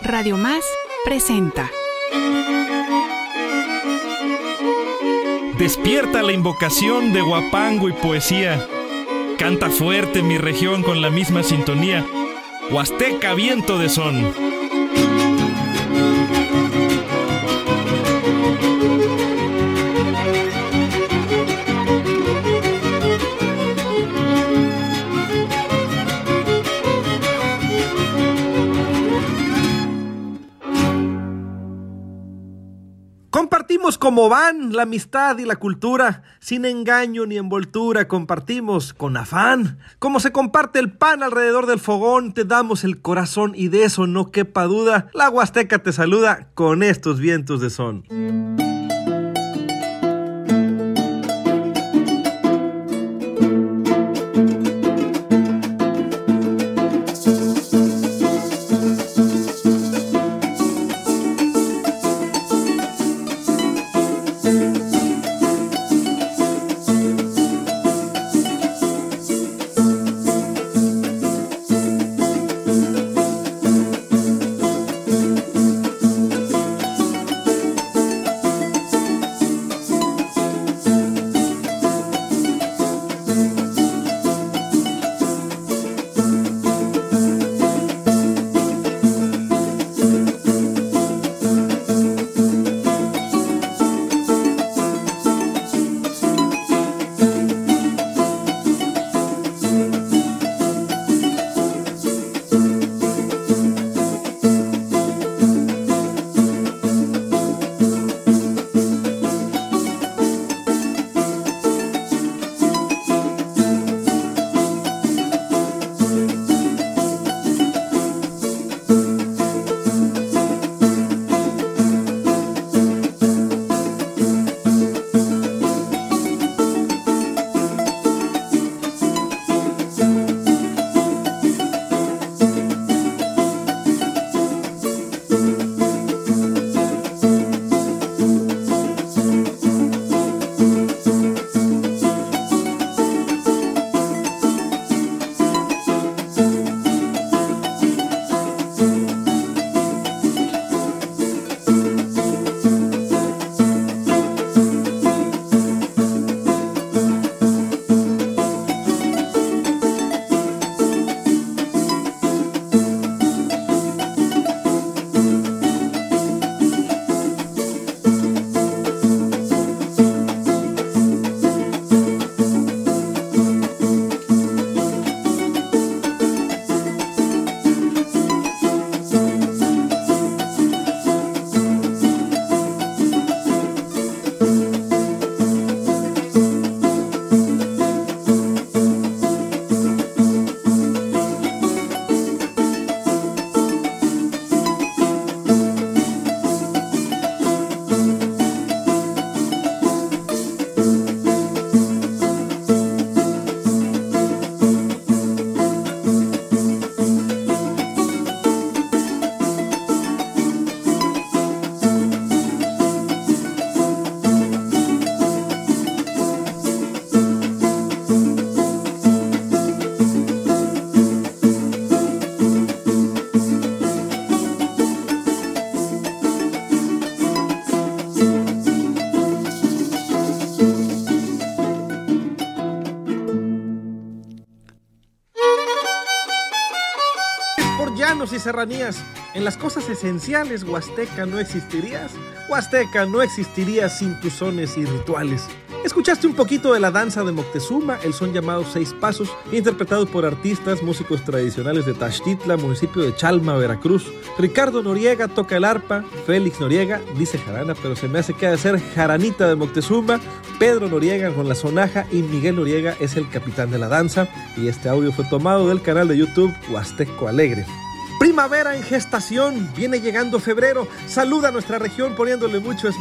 Radio Más presenta. Despierta la invocación de guapango y poesía. Canta fuerte mi región con la misma sintonía. Huasteca, viento de son. Compartimos como van la amistad y la cultura, sin engaño ni envoltura, compartimos con afán. Como se comparte el pan alrededor del fogón, te damos el corazón y de eso no quepa duda. La Huasteca te saluda con estos vientos de son. Llanos y serranías, en las cosas esenciales, Huasteca no existirías. Huasteca no existiría sin tus sones y rituales. Escuchaste un poquito de la danza de Moctezuma, el son llamado Seis Pasos, interpretado por artistas, músicos tradicionales de Taxtitla, municipio de Chalma, Veracruz. Ricardo Noriega toca el arpa, Félix Noriega dice jarana, pero se me hace que ha de ser jaranita de Moctezuma. Pedro Noriega con la sonaja y Miguel Noriega es el capitán de la danza. Y este audio fue tomado del canal de YouTube Huasteco Alegre. Primavera en gestación, viene llegando febrero, saluda a nuestra región poniéndole mucho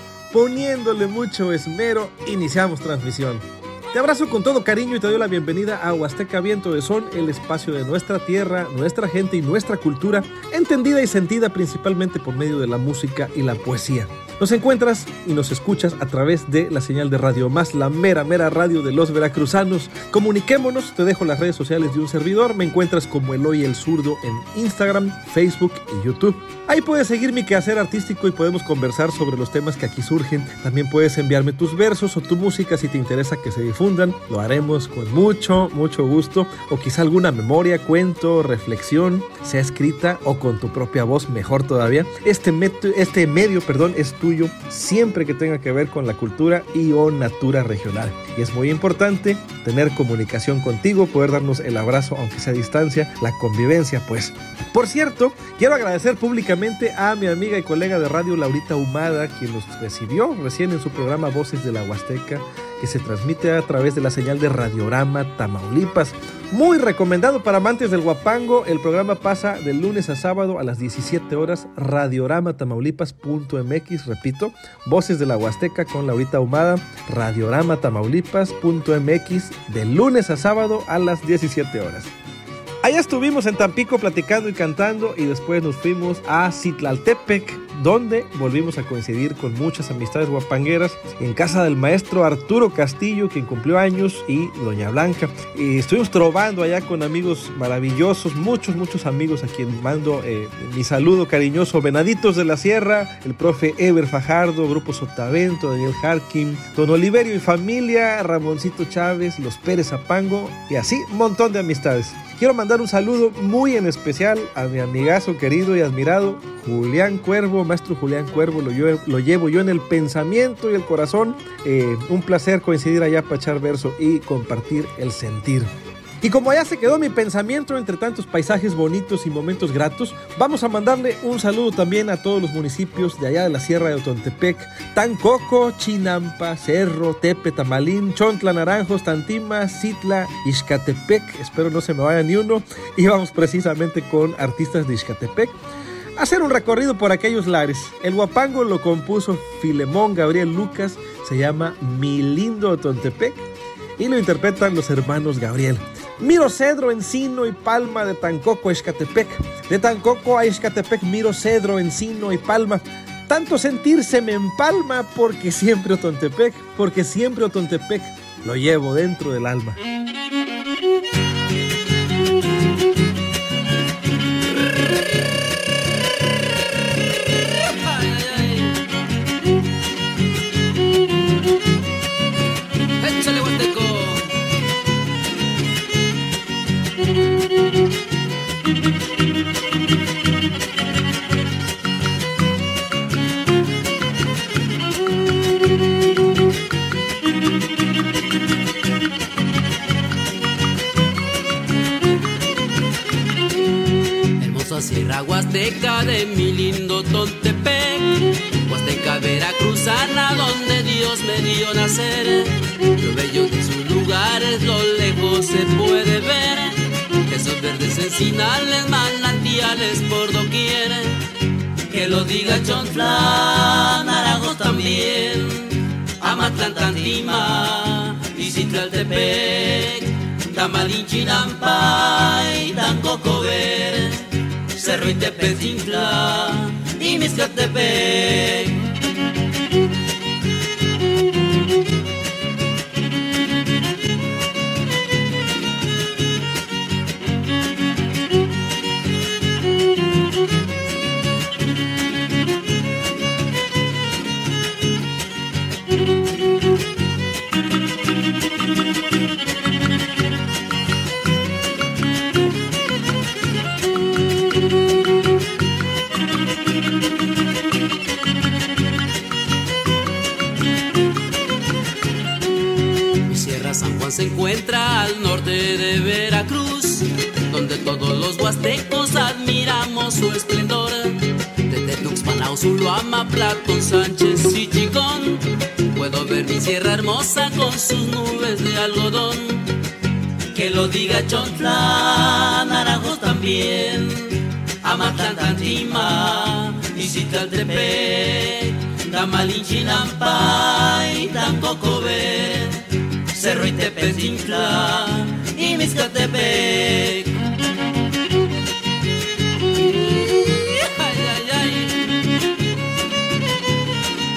esmero, iniciamos transmisión. Te abrazo con todo cariño y te doy la bienvenida a Huasteca Viento de Son, el espacio de nuestra tierra, nuestra gente y nuestra cultura, entendida y sentida principalmente por medio de la música y la poesía. Nos encuentras y nos escuchas a través de la señal de Radio Más, la mera radio de los veracruzanos. Comuniquémonos, te dejo las redes sociales de un servidor. Me encuentras como Eloy el Zurdo en Instagram, Facebook y YouTube. Ahí puedes seguir mi quehacer artístico y podemos conversar sobre los temas que aquí surgen. También puedes enviarme tus versos o tu música si te interesa que se difundan. Lo haremos con mucho gusto. O quizá alguna memoria, cuento, reflexión, sea escrita o con tu propia voz, mejor todavía. Este medio es tuyo siempre que tenga que ver con la cultura y o natura regional. Y es muy importante tener comunicación contigo, poder darnos el abrazo aunque sea a distancia, la convivencia pues. Por cierto, quiero agradecer públicamente a mi amiga y colega de radio Laurita Humada, quien nos recibió recién en su programa Voces de la Huasteca, que se transmite a través de la señal de Radiorama Tamaulipas. Muy recomendado para amantes del huapango. El programa pasa de lunes a sábado a las 17 horas. Radioramatamaulipas.mx, repito, Voces de la Huasteca con Laurita Humada. Radioramatamaulipas.mx, de lunes a sábado a las 17 horas. Allá estuvimos en Tampico platicando y cantando y después nos fuimos a Citlaltepec, donde volvimos a coincidir con muchas amistades huapangueras en casa del maestro Arturo Castillo, quien cumplió años, y doña Blanca. Y estuvimos trovando allá con amigos maravillosos, muchos amigos a quien mando mi saludo cariñoso: Venaditos de la Sierra, el profe Eber Fajardo, Grupo Sotavento, Daniel Harkin, Don Oliverio y familia, Ramoncito Chávez, los Pérez Zapango y así un montón de amistades. Quiero mandar un saludo muy en especial a mi amigazo querido y admirado Julián Cuervo, maestro Julián Cuervo. Lo llevo yo en el pensamiento y el corazón. Un placer coincidir allá para echar verso y compartir el sentir. Y como allá se quedó mi pensamiento entre tantos paisajes bonitos y momentos gratos, vamos a mandarle un saludo también a todos los municipios de allá de la Sierra de Otontepec: Tancoco, Chinampa, Cerro, Tepe, Tamalín, Chontla, Naranjos, Tantima, Citla, Ixcatepec. Espero no se me vaya ni uno. Y vamos precisamente con artistas de Ixcatepec a hacer un recorrido por aquellos lares. El huapango lo compuso Filemón Gabriel Lucas, se llama Mi Lindo Otontepec y lo interpretan los hermanos Gabriel. Miro cedro, encino y palma de Tancoco a Ixcatepec. De Tancoco a Ixcatepec miro cedro, encino y palma. Tanto sentir se me empalma porque siempre Otontepec lo llevo dentro del alma. Sierra Huasteca de mi lindo Otontepec, Huasteca veracruzana donde Dios me dio nacer. Lo bello de sus lugares, lo lejos se puede ver, esos verdes encinales, manantiales por doquier. Que lo diga Chontla, Naranjos también, Amatlán, Tantima y Citlaltepec, Tamalín, Chinampa y Tancoco ver, Cerro y Tepetintla y Mixcatepec. Se encuentra al norte de Veracruz, donde todos los huastecos admiramos su esplendor. Desde Tuxpan a Zuluama, Platón, Sánchez y Chicón, puedo ver mi sierra hermosa con sus nubes de algodón. Que lo diga Chontla, Naranjos también, Amatlán, Tantima y Citlaltepec, Tamalín, Chinampa y Tancoco ver, Cerro y Tepetintla y Mixcatepec. Ay, ay, ay.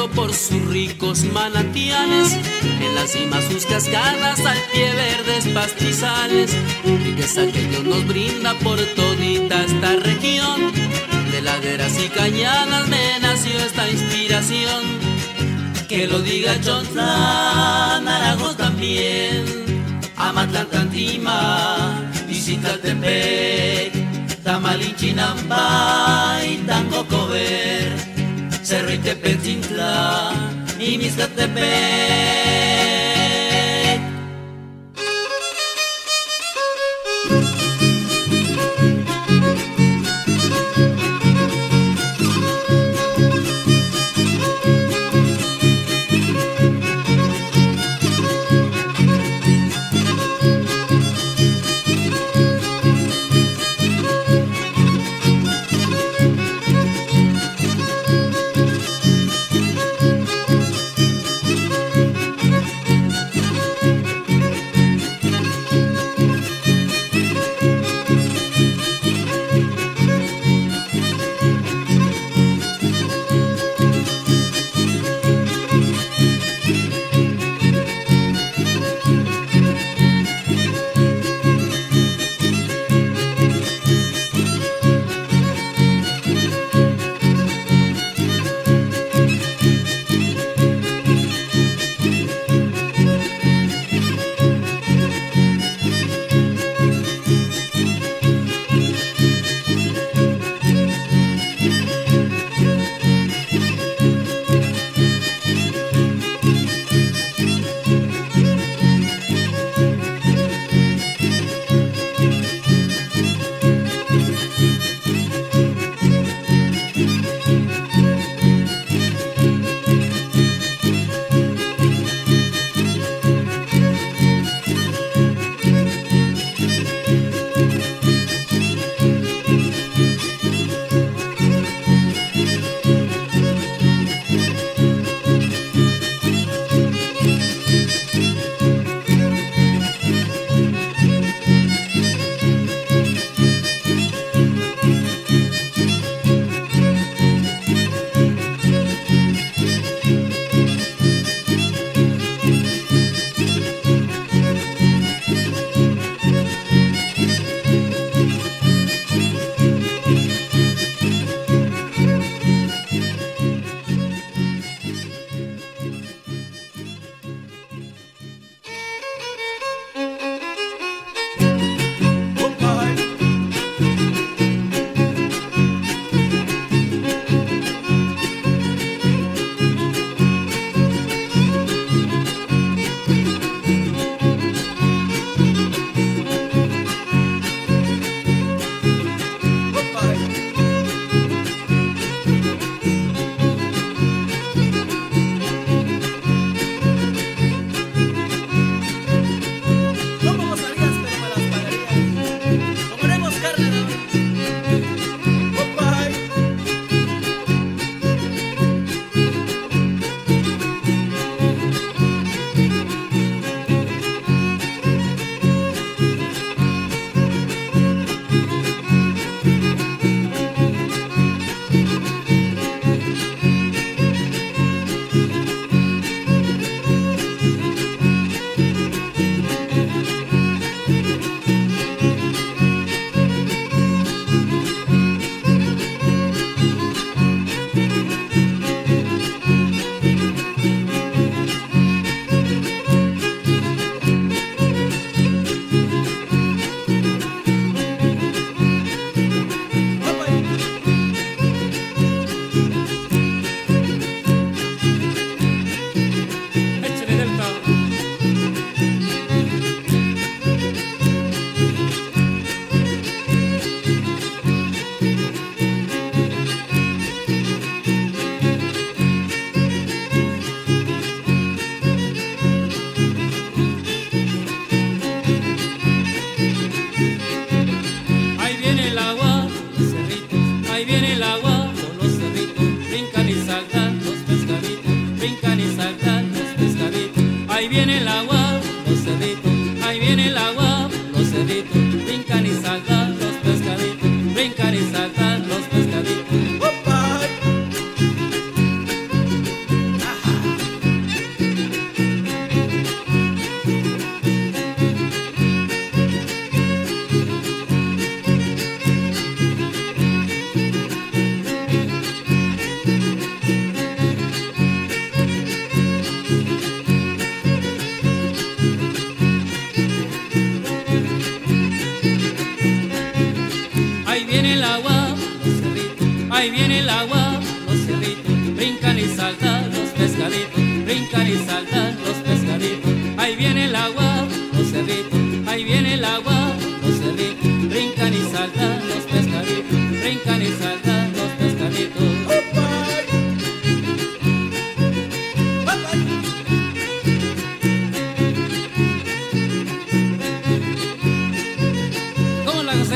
por sus ricos manantiales, en las cimas sus cascadas, al pie verdes pastizales. Riqueza que Dios nos brinda por todita esta región. De laderas y cañadas me nació esta inspiración. Que lo diga Chontla, Aragón también, Amatlán, Tantima, Iztapaltepec, Tamalichinamba y Tangocover, Cerro y Tepetzintla y Mixcatepec.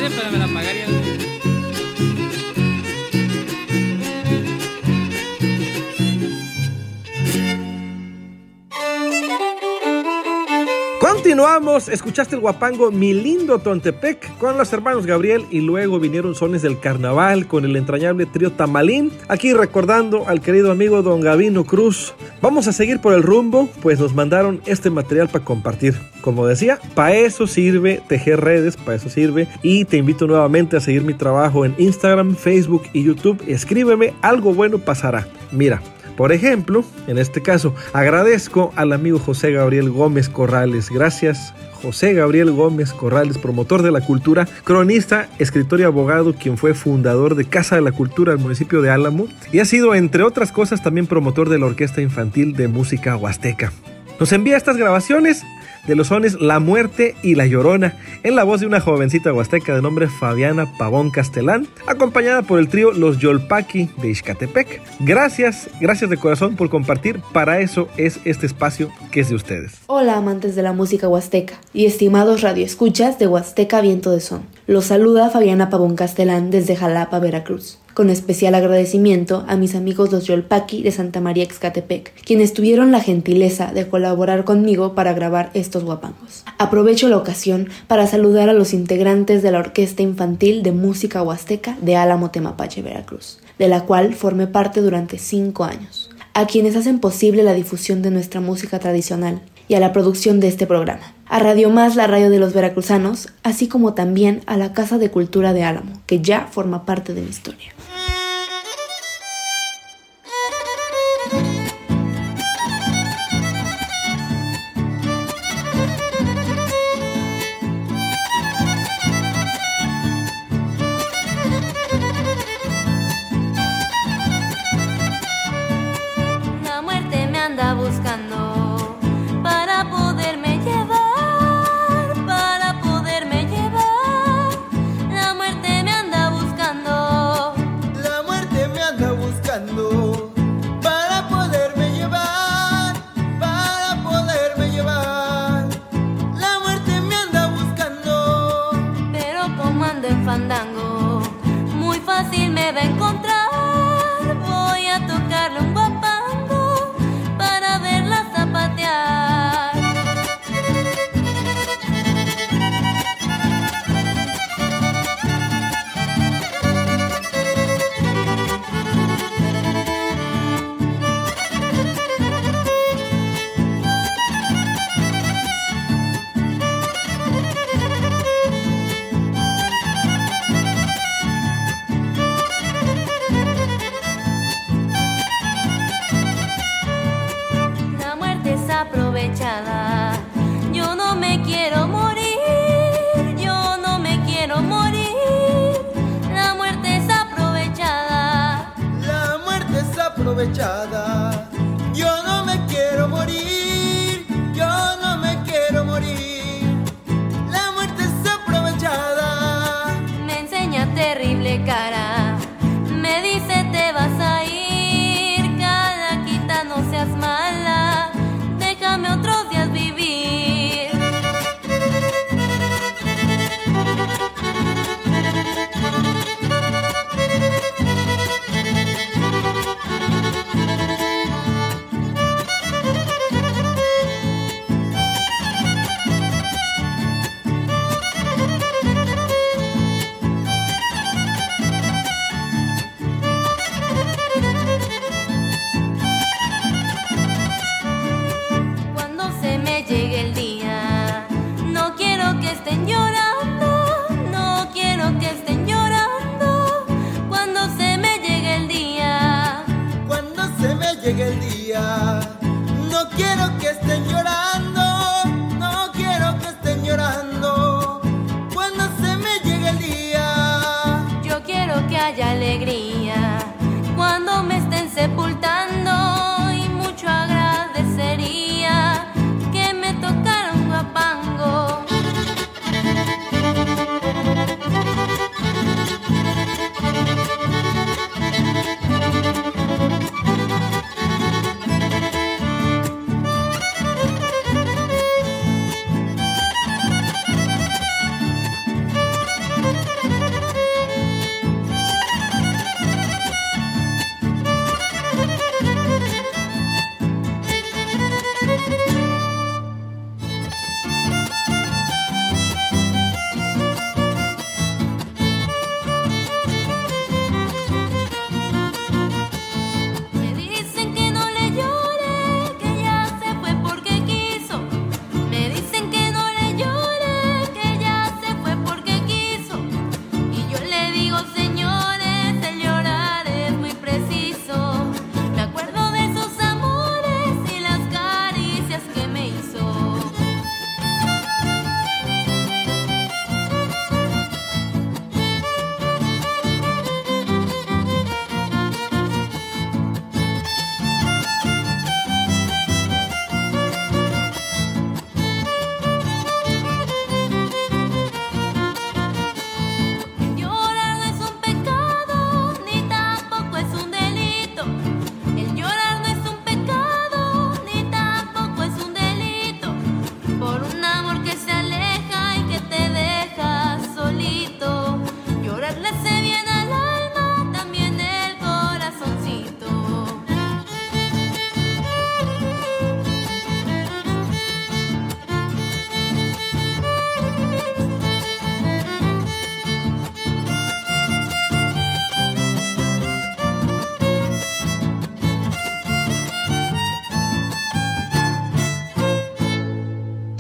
madre, pero me la pagaría. Continuamos, escuchaste el guapango Mi Lindo Tontepec con los hermanos Gabriel y luego vinieron sones del carnaval con el entrañable trío Tamalín, aquí recordando al querido amigo don Gavino Cruz. Vamos a seguir por el rumbo, pues nos mandaron este material para compartir. Como decía, para eso sirve tejer redes, para eso sirve, y te invito nuevamente a seguir mi trabajo en Instagram, Facebook y YouTube. Escríbeme, algo bueno pasará. Mira, por ejemplo, en este caso, agradezco al amigo José Gabriel Gómez Corrales. Gracias, José Gabriel Gómez Corrales, promotor de la cultura, cronista, escritor y abogado, quien fue fundador de Casa de la Cultura del municipio de Álamo y ha sido, entre otras cosas, también promotor de la Orquesta Infantil de Música Huasteca. Nos envía estas grabaciones de los sones La Muerte y La Llorona, en la voz de una jovencita huasteca de nombre Fabiana Pavón Castelán, acompañada por el trío Los Yolpaqui de Ixcatepec. Gracias de corazón por compartir, para eso es este espacio que es de ustedes. Hola amantes de la música huasteca y estimados radioescuchas de Huasteca Viento de Son. Los saluda Fabiana Pavón Castelán desde Jalapa, Veracruz. Con especial agradecimiento a mis amigos los Yolpaqui de Santa María Ixcatepec, quienes tuvieron la gentileza de colaborar conmigo para grabar estos guapangos. Aprovecho la ocasión para saludar a los integrantes de la Orquesta Infantil de Música Huasteca de Álamo Temapache, Veracruz, de la cual formé parte durante 5 años, a quienes hacen posible la difusión de nuestra música tradicional y a la producción de este programa, a Radio Más, la radio de los veracruzanos, así como también a la Casa de Cultura de Álamo, que ya forma parte de mi historia. La muerte me anda buscando para poderme llevar, para poderme llevar. La muerte me anda buscando. La muerte me anda buscando para poderme llevar, para poderme llevar. La muerte me anda buscando. Pero como ando en fandango, muy fácil me va a encontrar. Voy a tocarle un guapango para verla zapatear. La muerte es aprovechada. Yo no me quiero morir, yo no me quiero morir. La muerte es aprovechada. La muerte es aprovechada. Yo no me quiero morir, yo no me quiero morir. La muerte es aprovechada. Me enseña terrible cara. Me dice te vas a ir. Calaquita, no seas mala. Déjame otros días vivir.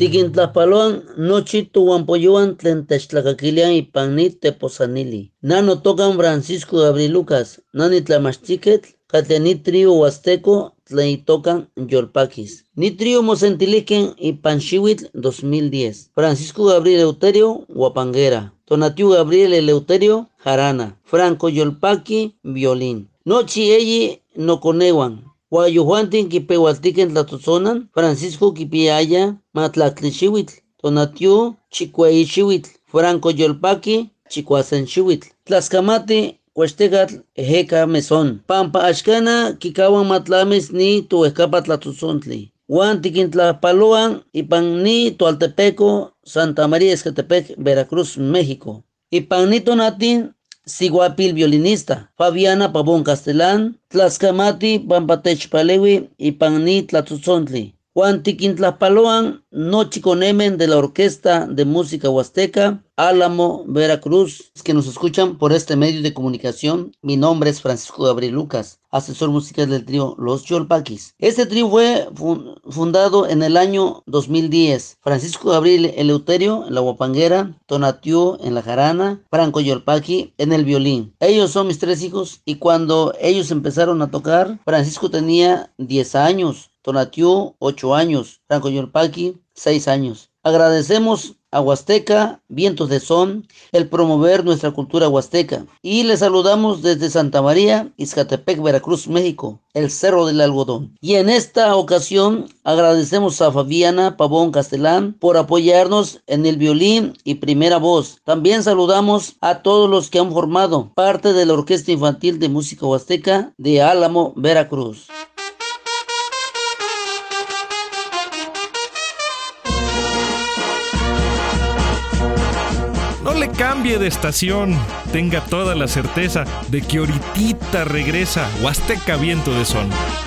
Tiquintlapaluan nochito Wampoyoan tlen techtlacakilian ipan ni teposanili. Nano tocan Francisco Gabriel Lucas, nani tlamachtiquetl, kateni trio huasteco tlen tocan Yolpaquis. Ni trio mosentiliquen ipan Xihuitl 2010. Francisco Gabriel Eleuterio, Huapanguera. Tonatiu Gabriel Eleuterio, jarana. Franco Yolpaqui, violín. Nochi elli no coneguan. Guayujuantin kipehualtiquen tlatotzonan, Francisco kipiaya matlactli Xihuitl. Tonatiu chicuayi Xihuitl. Franco Yolpaqui, chicuasen Xihuitl. Tlaxcamati Cuestecatl ejeca mesón. Pampa axcana kikawan matlamis ni tuescapa tlatotzontli. Juan tiquintlapaloan ipan ni Tualtepeco, Santa María Escatepec, Veracruz, México. Ipan ni tonatin Siguapil violinista, Fabiana Pavón Castellán, Tlaxcamati Pampatechpalewi ipan ni Tlatotzontli. Juan tiquintlapaloan nochi conemen de la Orquesta de Música Huasteca, Álamo, Veracruz, que nos escuchan por este medio de comunicación. Mi nombre es Francisco Gabriel Lucas, asesor musical del trío Los Yolpaquis. Este trío fue fundado en el año 2010. Francisco Gabriel Eleuterio en la huapanguera, Tonatiu en la jarana, Franco Yolpaqui en el violín. Ellos son mis 3 hijos y cuando ellos empezaron a tocar, Francisco tenía 10 años, Tonatiu 8 años, Franco Yolpaqui 6 años. Agradecemos a Huasteca Vientos de Son el promover nuestra cultura huasteca y les saludamos desde Santa María, Izcatepec, Veracruz, México, el Cerro del Algodón. Y en esta ocasión agradecemos a Fabiana Pavón Castellán por apoyarnos en el violín y primera voz. También saludamos a todos los que han formado parte de la Orquesta Infantil de Música Huasteca de Álamo, Veracruz. No le cambie de estación, tenga toda la certeza de que ahoritita regresa Huasteca Viento de Son.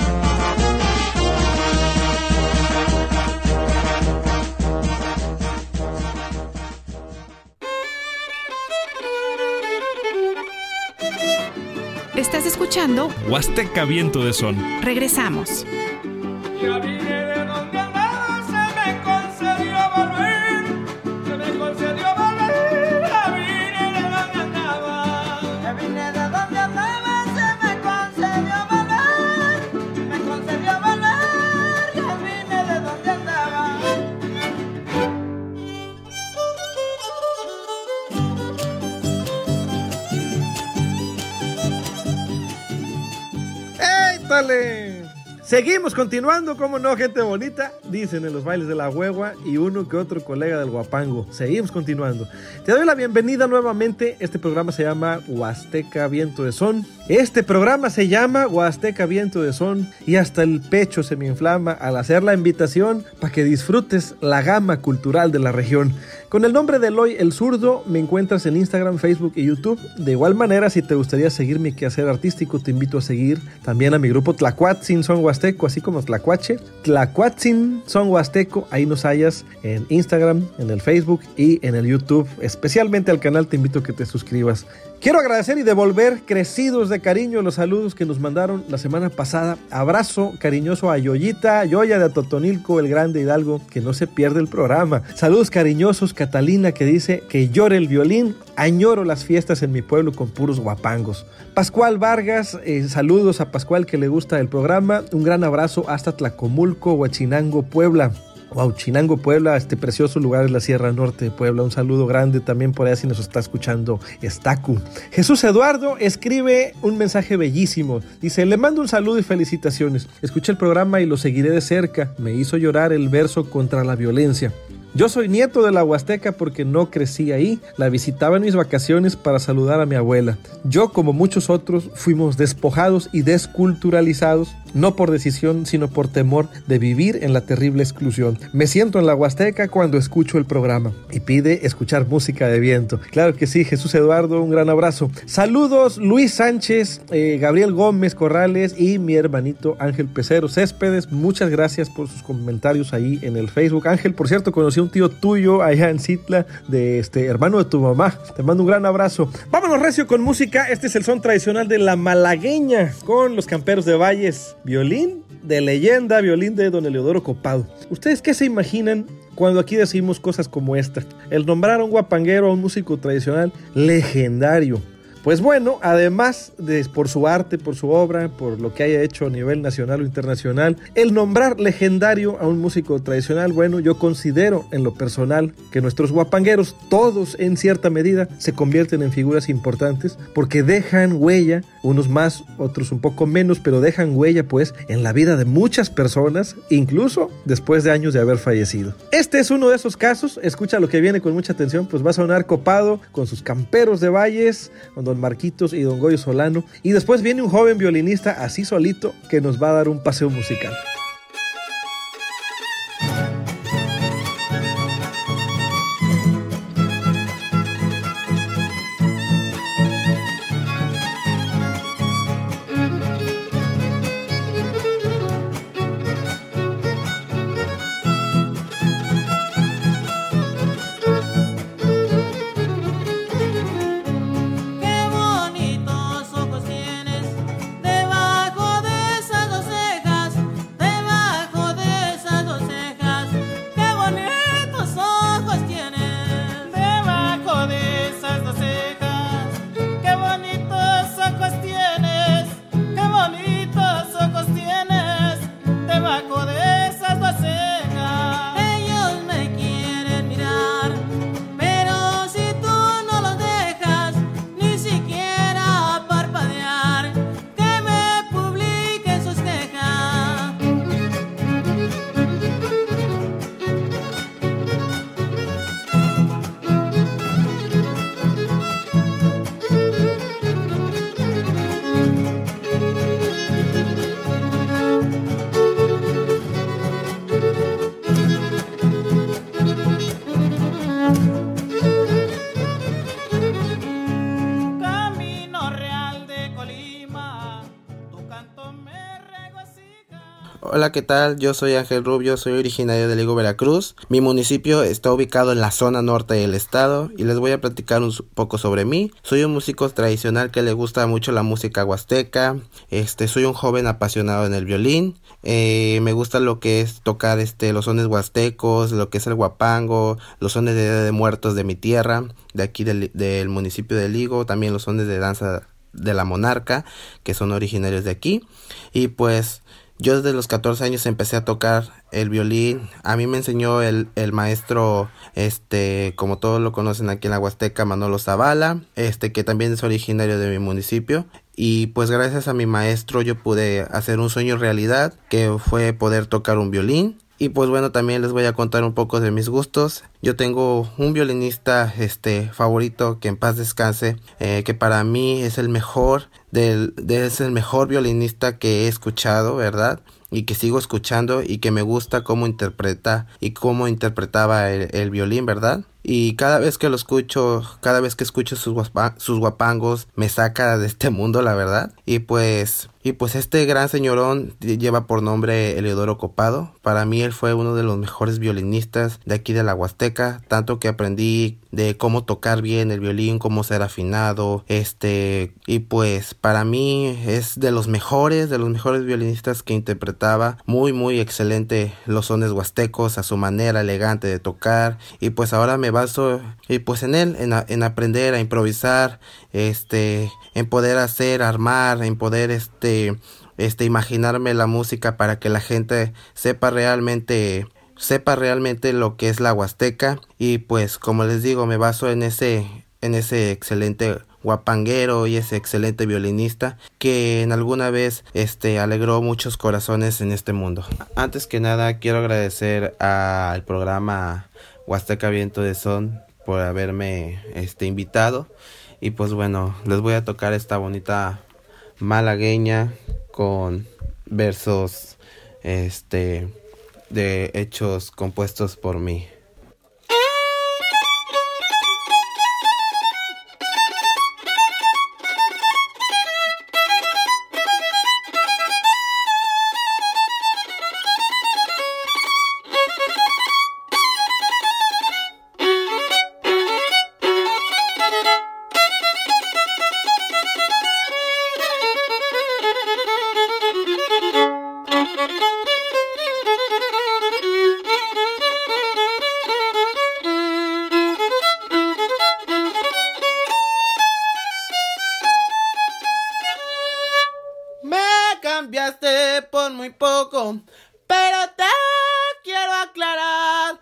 Estás escuchando Huasteca Viento de Son. Regresamos. Ya vine de donde andaba, se me concedió volver, se me concedió volver. Ya vine de donde andaba, ya vine de donde andaba, se me concedió volver, me concedió volver. Ya vine de donde andaba. ¡Étale! Seguimos continuando, como no, gente bonita, dicen en los bailes de la huegua y uno que otro colega del Huapango. Seguimos continuando. Te doy la bienvenida nuevamente. Este programa se llama Huasteca Viento de Son. Este programa se llama Huasteca Viento de Son y hasta el pecho se me inflama al hacer la invitación para que disfrutes la gama cultural de la región. Con el nombre de Eloy el Zurdo me encuentras en Instagram, Facebook y YouTube. De igual manera, si te gustaría seguir mi quehacer artístico, te invito a seguir también a mi grupo Tlacuatzin Son Huasteco, así como Tlacuache. Tlacuatzin Son Huasteco, ahí nos hallas en Instagram, en el Facebook y en el YouTube. Especialmente al canal te invito a que te suscribas. Quiero agradecer y devolver crecidos de cariño los saludos que nos mandaron la semana pasada. Abrazo cariñoso a Yoyita, Yoya de Atotonilco, el Grande Hidalgo, que no se pierde el programa. Saludos cariñosos, Catalina, que dice que llore el violín, añoro las fiestas en mi pueblo con puros huapangos. Pascual Vargas, saludos a Pascual que le gusta el programa. Un gran abrazo hasta Tlacomulco, Huachinango, Puebla. Huachinango, Puebla, este precioso lugar es la Sierra Norte de Puebla. Un saludo grande también por allá si nos está escuchando Estacu. Jesús Eduardo escribe un mensaje bellísimo. Dice, le mando un saludo y felicitaciones. Escuché el programa y lo seguiré de cerca. Me hizo llorar el verso contra la violencia. Yo soy nieto de la Huasteca porque no crecí ahí. La visitaba en mis vacaciones para saludar a mi abuela. Yo, como muchos otros, fuimos despojados y desculturalizados, no por decisión, sino por temor de vivir en la terrible exclusión. Me siento en la Huasteca cuando escucho el programa y pide escuchar música de viento. Claro que sí, Jesús Eduardo, un gran abrazo. Saludos, Luis Sánchez, Gabriel Gómez Corrales y mi hermanito Ángel Pecero Céspedes. Muchas gracias por sus comentarios ahí en el Facebook. Ángel, por cierto, conocí a un tío tuyo allá en Citla, de hermano de tu mamá. Te mando un gran abrazo. Vámonos recio con música. Este es el son tradicional de la malagueña con los Camperos de Valles. Violín de leyenda, violín de don Eleodoro Copado. ¿Ustedes qué se imaginan cuando aquí decimos cosas como esta. El nombrar a un guapanguero, a un músico tradicional legendario. Pues bueno, además de por su arte, por su obra, por lo que haya hecho a nivel nacional o internacional, el nombrar legendario a un músico tradicional, bueno, yo considero en lo personal que nuestros guapangueros, todos en cierta medida, se convierten en figuras importantes porque dejan huella, unos más, otros un poco menos, pero dejan huella pues en la vida de muchas personas, incluso después de años de haber fallecido. Este es uno de esos casos, escucha lo que viene con mucha atención, pues va a sonar copado con sus camperos de valles, con don Marquitos y don Goyo Solano, y después viene un joven violinista así solito que nos va a dar un paseo musical. Hola, ¿qué tal? Yo soy Ángel Rubio, soy originario de Ligo, Veracruz. Mi municipio está ubicado en la zona norte del estado y les voy a platicar un poco sobre mí. Soy un músico tradicional que le gusta mucho la música huasteca. Soy un joven apasionado en el violín. Me gusta lo que es tocar los sones huastecos, lo que es el guapango, los sones de Día de Muertos de mi tierra, de aquí del municipio de Ligo, también los sones de danza de la monarca, que son originarios de aquí. Y pues yo desde los 14 años empecé a tocar el violín. A mí me enseñó el maestro, como todos lo conocen aquí en la Huasteca, Manolo Zavala, que también es originario de mi municipio. Y pues gracias a mi maestro yo pude hacer un sueño realidad, que fue poder tocar un violín. Y pues bueno, también les voy a contar un poco de mis gustos. Yo tengo un violinista favorito, que en paz descanse, que para mí es el mejor es el mejor violinista que he escuchado, ¿verdad? Y que sigo escuchando y que me gusta cómo interpreta y cómo interpretaba el violín, ¿verdad? Y cada vez que lo escucho, cada vez que escucho sus guapangos, me saca de este mundo, la verdad. Y pues este gran señorón lleva por nombre Eleodoro Copado. Para mí él fue uno de los mejores violinistas de aquí de la Huasteca, tanto que aprendí de cómo tocar bien el violín, cómo ser afinado, y pues para mí es de los mejores violinistas que interpretaba muy muy excelente los sones huastecos a su manera elegante de tocar. Y pues ahora me baso y pues en él, en aprender a improvisar, en poder armar, en poder imaginarme la música para que la gente sepa realmente lo que es la Huasteca. Y pues como les digo, me baso en ese excelente guapanguero y ese excelente violinista que en alguna vez alegró muchos corazones en este mundo. Antes que nada quiero agradecer al programa Huasteca Viento de Son por haberme invitado. Y pues bueno, les voy a tocar esta bonita malagueña con versos de hechos compuestos por mí. cambiaste por muy poco, pero te quiero aclarar,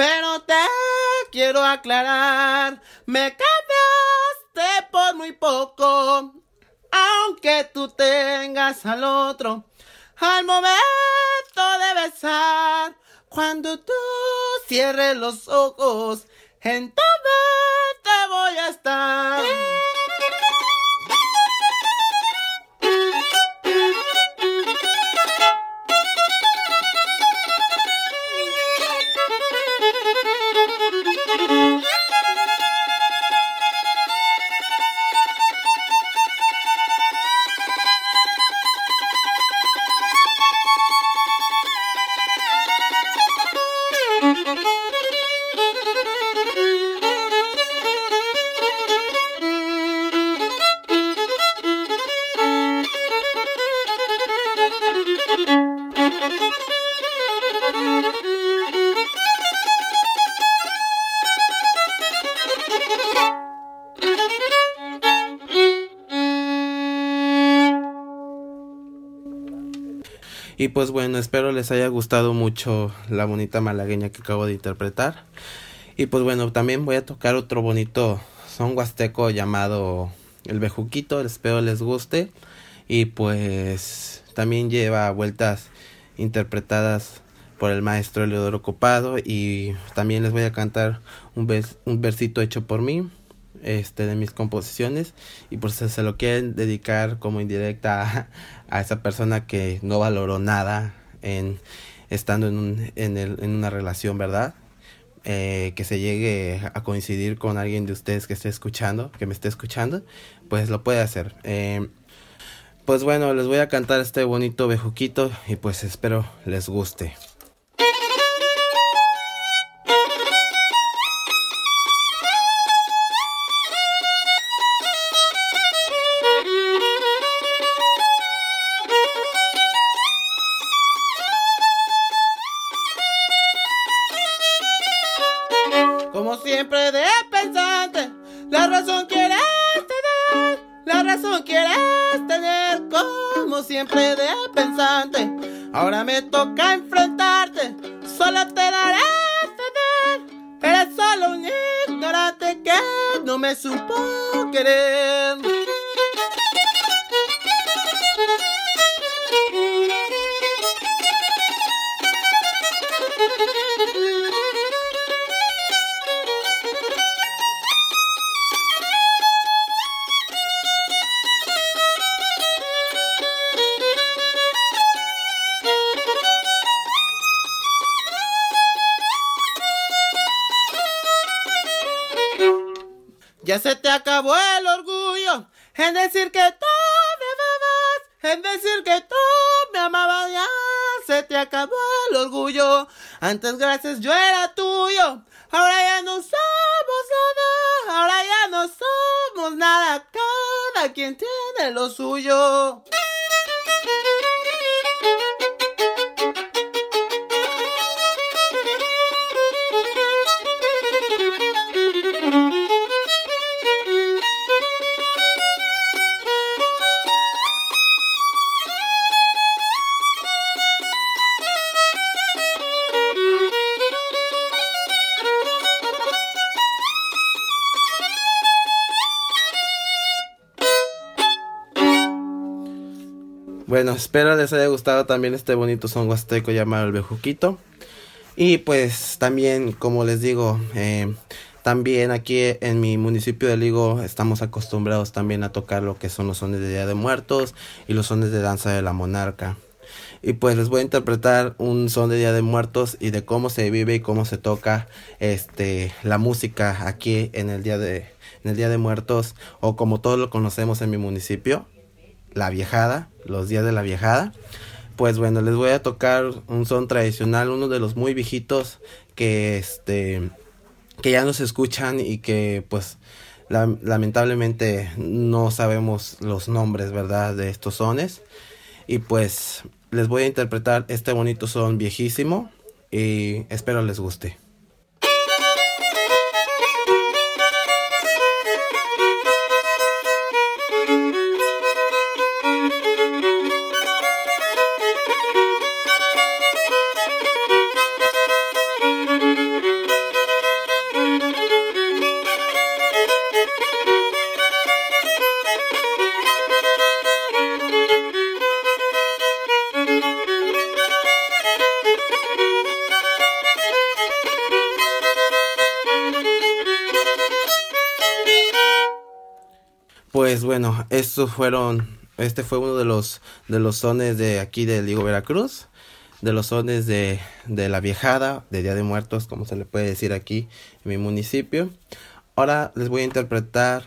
me cambiaste por muy poco, aunque tú tengas al otro, al momento de besar, cuando tú cierres los ojos, en tu mente voy a estar. Y pues bueno, espero les haya gustado mucho la bonita malagueña que acabo de interpretar. Y pues bueno, también voy a tocar otro bonito son huasteco llamado El Bejuquito, espero les guste. Y pues también lleva vueltas interpretadas por el maestro Eleodoro Copado. Y también les voy a cantar un versito hecho por mí, de mis composiciones, y pues se lo quieren dedicar como indirecta a esa persona que no valoró nada estando en una relación, ¿verdad? Que se llegue a coincidir con alguien de ustedes que me esté escuchando, pues lo puede hacer. Pues bueno, les voy a cantar este bonito bejuquito y pues espero les guste. Como siempre de pensante, la razón quieres tener, como siempre de pensante. Ahora me toca enfrentarte, solo te daré a ceder. Eres solo un ignorante que no me supo querer. Ya se te acabó el orgullo en decir que tú me amabas, ya se te acabó el orgullo. Antes gracias yo era tuyo, ahora ya no somos nada, cada quien tiene lo suyo. Bueno, espero les haya gustado también este bonito son huasteco llamado El Bejuquito. Y pues también, como les digo, también aquí en mi municipio de Ligo estamos acostumbrados también a tocar lo que son los sones de Día de Muertos y los sones de Danza de la Monarca. Y pues les voy a interpretar un son de Día de Muertos y de cómo se vive y cómo se toca la música aquí en el Día de Muertos, o como todos lo conocemos en mi municipio, la viejada, los días de la viejada. Pues bueno, les voy a tocar un son tradicional, uno de los muy viejitos que ya no se escuchan y que pues lamentablemente no sabemos los nombres, ¿verdad?, de estos sones. Y pues les voy a interpretar este bonito son viejísimo y espero les guste. Pues bueno, este fue uno de los sones de aquí de Ligo, Veracruz, de los sones de la viejada, de Día de Muertos, como se le puede decir aquí en mi municipio. Ahora les voy a interpretar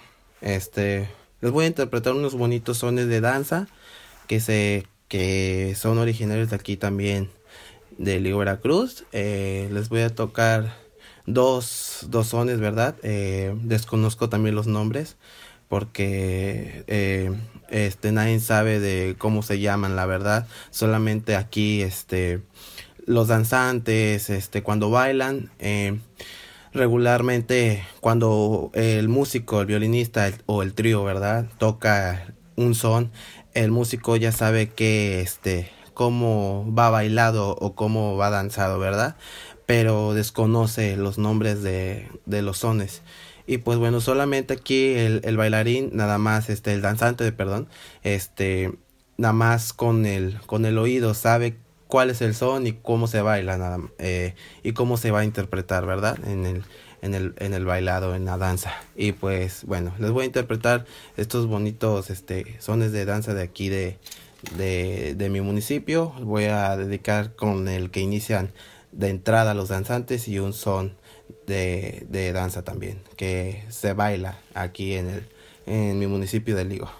unos bonitos sones de danza que son originarios de aquí también de Ligo, Veracruz. Les voy a tocar dos sones, ¿verdad? Desconozco también los nombres porque nadie sabe de cómo se llaman, la verdad. Solamente aquí los danzantes cuando bailan, regularmente cuando el músico, el violinista o el trío, ¿verdad?, toca un son, el músico ya sabe que cómo va bailado o cómo va danzado, ¿verdad? Pero desconoce los nombres de los sones. Y pues bueno, solamente aquí el bailarín, nada más, el danzante, perdón, nada más con el oído sabe cuál es el son y cómo se baila, y cómo se va a interpretar, ¿verdad? En el bailado, en la danza. Y pues bueno, les voy a interpretar estos bonitos sones de danza de aquí de mi municipio. Voy a dedicar con el que inician de entrada los danzantes y un son de danza también que se baila aquí en mi municipio de Ligo.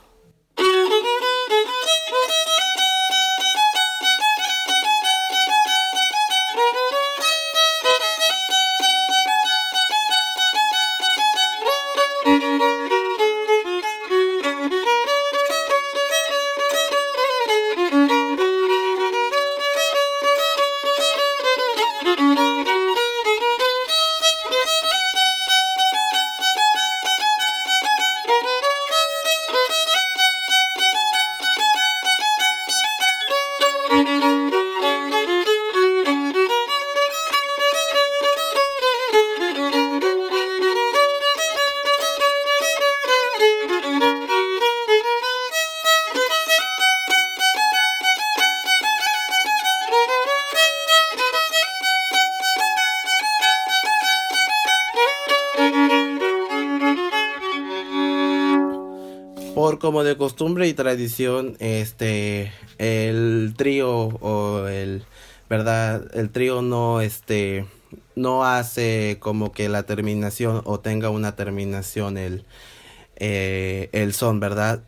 Por como de costumbre y tradición, el trío o el trío no hace como que la terminación o tenga una terminación el son, ¿verdad?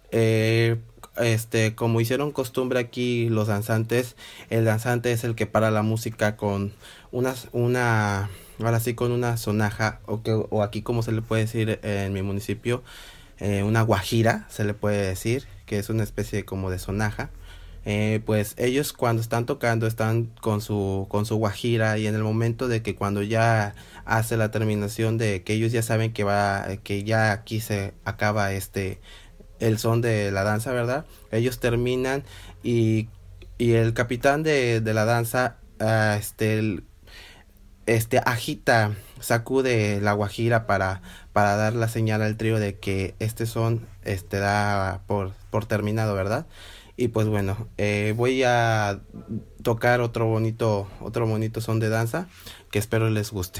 Como hicieron costumbre aquí los danzantes, el danzante es el que para la música con ahora sí, con una sonaja, o aquí como se le puede decir en mi municipio, una guajira, se le puede decir, que es una especie como de sonaja. Pues ellos cuando están tocando están con su guajira, y en el momento de que cuando ya hace la terminación de que ellos ya saben que ya aquí se acaba el son de la danza, ¿verdad? Ellos terminan y el capitán de la danza agita, sacude la guajira para dar la señal al trío de que este son da por terminado, ¿verdad? Y pues bueno, voy a tocar otro bonito son de danza que espero les guste.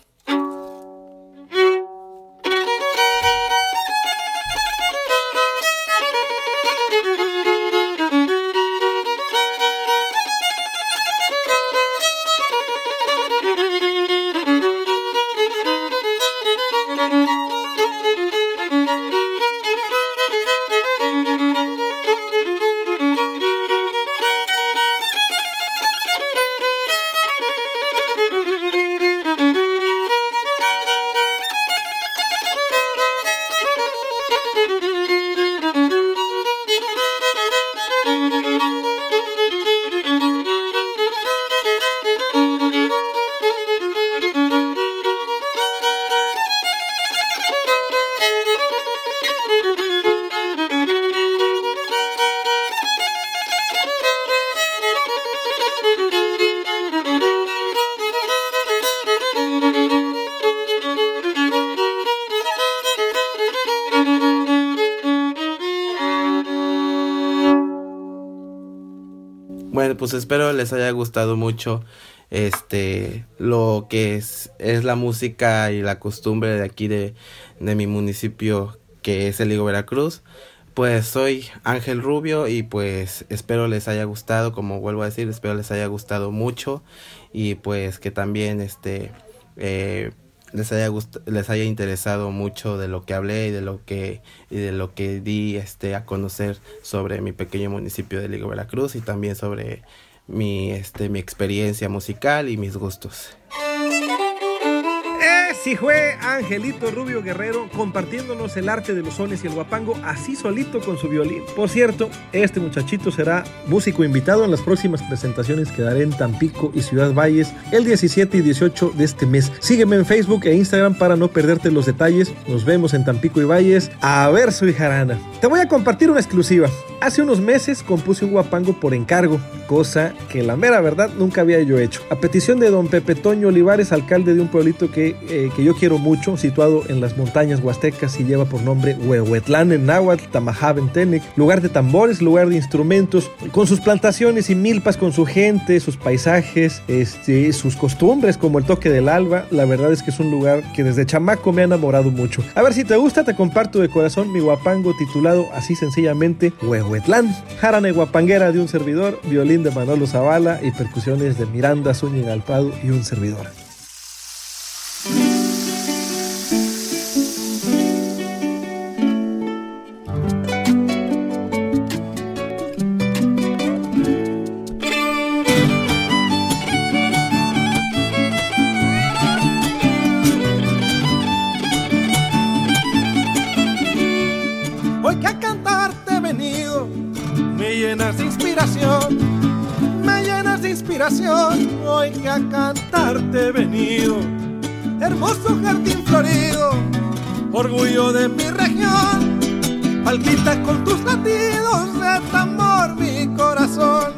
Bueno, pues espero les haya gustado mucho lo que es la música y la costumbre de aquí de mi municipio que es el Higo Veracruz. Pues soy Ángel Rubio y pues espero les haya gustado, como vuelvo a decir, espero les haya gustado mucho y pues que también les haya interesado mucho de lo que hablé y de lo que di a conocer sobre mi pequeño municipio de Higo Veracruz y también sobre mi experiencia musical y mis gustos. Sí fue Angelito Rubio Guerrero compartiéndonos el arte de los sones y el guapango así solito con su violín. Por cierto, este muchachito será músico invitado en las próximas presentaciones que daré en Tampico y Ciudad Valles el 17 y 18 de este mes. Sígueme en Facebook e Instagram para no perderte los detalles. Nos vemos en Tampico y Valles. A ver, soy jarana. Te voy a compartir una exclusiva. Hace unos meses compuse un guapango por encargo, cosa que la mera verdad nunca había yo hecho. A petición de don Pepe Toño Olivares, alcalde de un pueblito que yo quiero mucho, situado en las montañas huastecas y lleva por nombre Huehuetlán en náhuatl, Tamajab en Tenec, lugar de tambores, lugar de instrumentos, con sus plantaciones y milpas, con su gente, sus paisajes, sus costumbres como el toque del alba. La verdad es que es un lugar que desde chamaco me ha enamorado mucho. A ver si te gusta, te comparto de corazón mi guapango titulado así sencillamente Huehuetlán, jarana y guapanguera de un servidor, violín de Manolo Zavala y percusiones de Miranda Zúñiga Alpado y un servidor. Hoy que a cantarte he venido, me llenas de inspiración, me llenas de inspiración. Hoy que a cantarte he venido, hermoso jardín florido, orgullo de mi región, palpita con tus latidos de tambor mi corazón.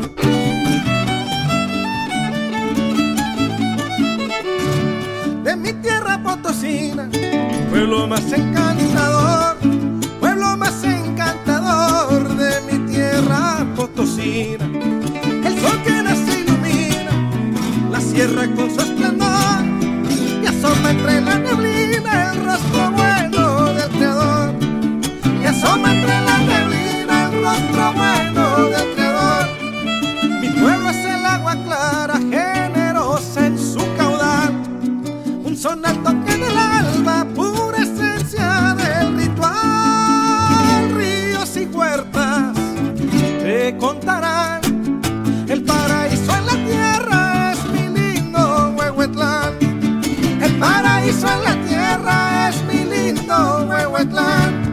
De mi tierra potosina, pueblo más encantador, pueblo más encantador de mi tierra potosina. El sol que nace ilumina la sierra con su esplendor y asoma entre la neblina el rostro bueno del creador. Y asoma entre la neblina el rostro bueno del creador. Mi pueblo es el agua clara, generosa en su caudal, un son al toque del alba, pura esencia del ritual. Ríos y huertas te contarán el paraíso en la tierra, es mi lindo Huehuetlán. El paraíso en la tierra es mi lindo Huehuetlán.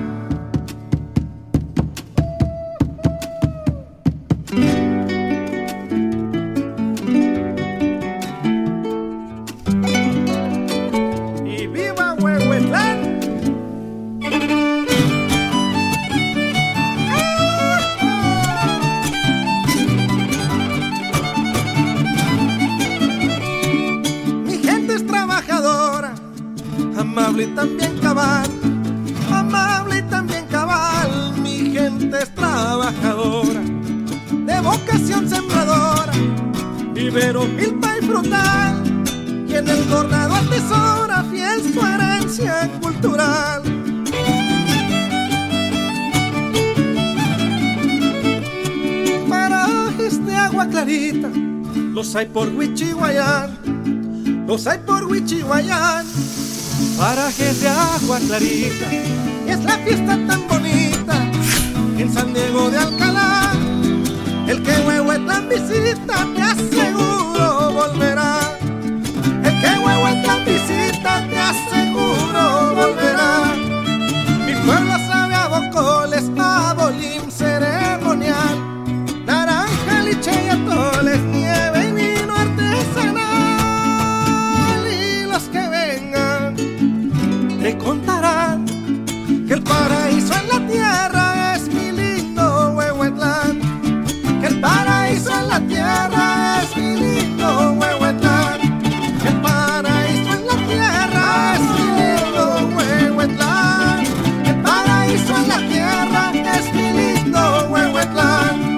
Y viva Huehuetlán. Mi gente es trabajadora, amable y también cabal, amable y también cabal. Mi gente es trabajadora, de vocación sembradora, vivero, milpa y frutal, y en el tornado atesora fiel su herencia cultural. Parajes de agua clarita, los hay por Huichihuayán, los hay por Huichihuayán. Parajes de agua clarita, y es la fiesta tan bonita en San Diego de Alcalá. El que Huehuetlán visita, te aseguro volverá. El que Huehuetlán visita, te aseguro volverá. Mi pueblo sabe a bocoles, a bolim ceremonial, naranja, liche y atoles, nieve y vino artesanal. Y los que vengan te contarán que el paraíso en la tierra es mi lindo Huehuetlán. Que el paraíso en la tierra es mi lindo Huehuetlán. Que el paraíso en la tierra es mi lindo Huehuetlán. Que el paraíso en la tierra es mi lindo Huehuetlán.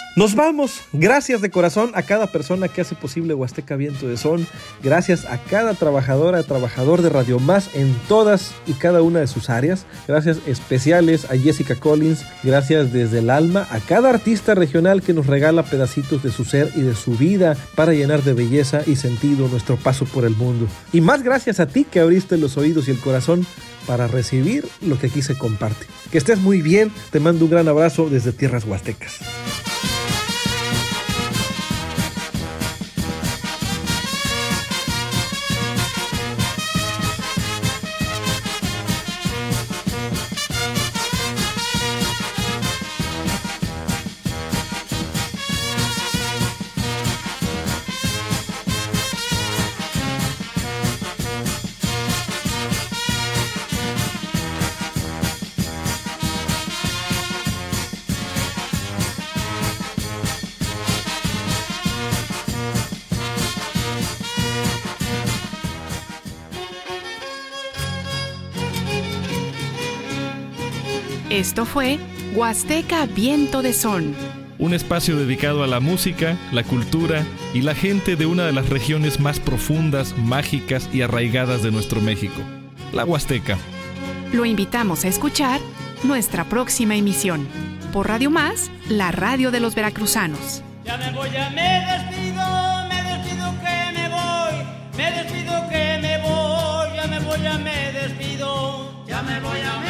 Nos vamos. Gracias de corazón a cada persona que hace posible Huasteca Viento de Son. Gracias a cada trabajadora, trabajador de Radio Más en todas y cada una de sus áreas. Gracias especiales a Jessica Collins. Gracias desde el alma a cada artista regional que nos regala pedacitos de su ser y de su vida para llenar de belleza y sentido nuestro paso por el mundo. Y más gracias a ti que abriste los oídos y el corazón para recibir lo que aquí se comparte. Que estés muy bien. Te mando un gran abrazo desde Tierras Huastecas. Esto fue Huasteca Viento de Son. Un espacio dedicado a la música, la cultura y la gente de una de las regiones más profundas, mágicas y arraigadas de nuestro México, la Huasteca. Lo invitamos a escuchar nuestra próxima emisión por Radio Más, la radio de los veracruzanos. Ya me voy, ya me despido que me voy, me despido que me voy, ya me voy, ya me despido, ya me voy, ya me